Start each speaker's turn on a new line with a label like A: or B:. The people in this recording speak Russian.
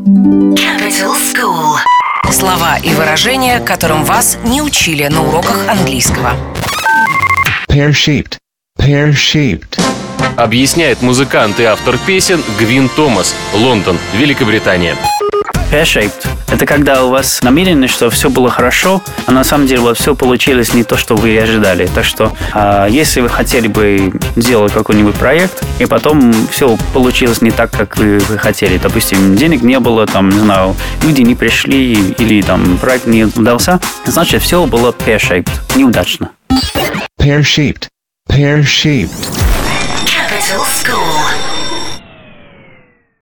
A: Capital School. Слова и выражения, которым вас не учили на уроках английского.
B: Pear-shaped. Pear-shaped.
C: Объясняет музыкант и автор песен Гвин Томас, Лондон, Великобритания.
D: Pear-shaped – это когда у вас намерение, что все было хорошо, а на самом деле вот все получилось не то, что вы ожидали. Так что, если вы хотели бы сделать какой-нибудь проект, и потом все получилось не так, как вы хотели, допустим, денег не было, там, не знаю, люди не пришли, или там проект не удался, значит, все было pear-shaped, неудачно.
B: Pear-shaped. Pear-shaped.
A: Capital School.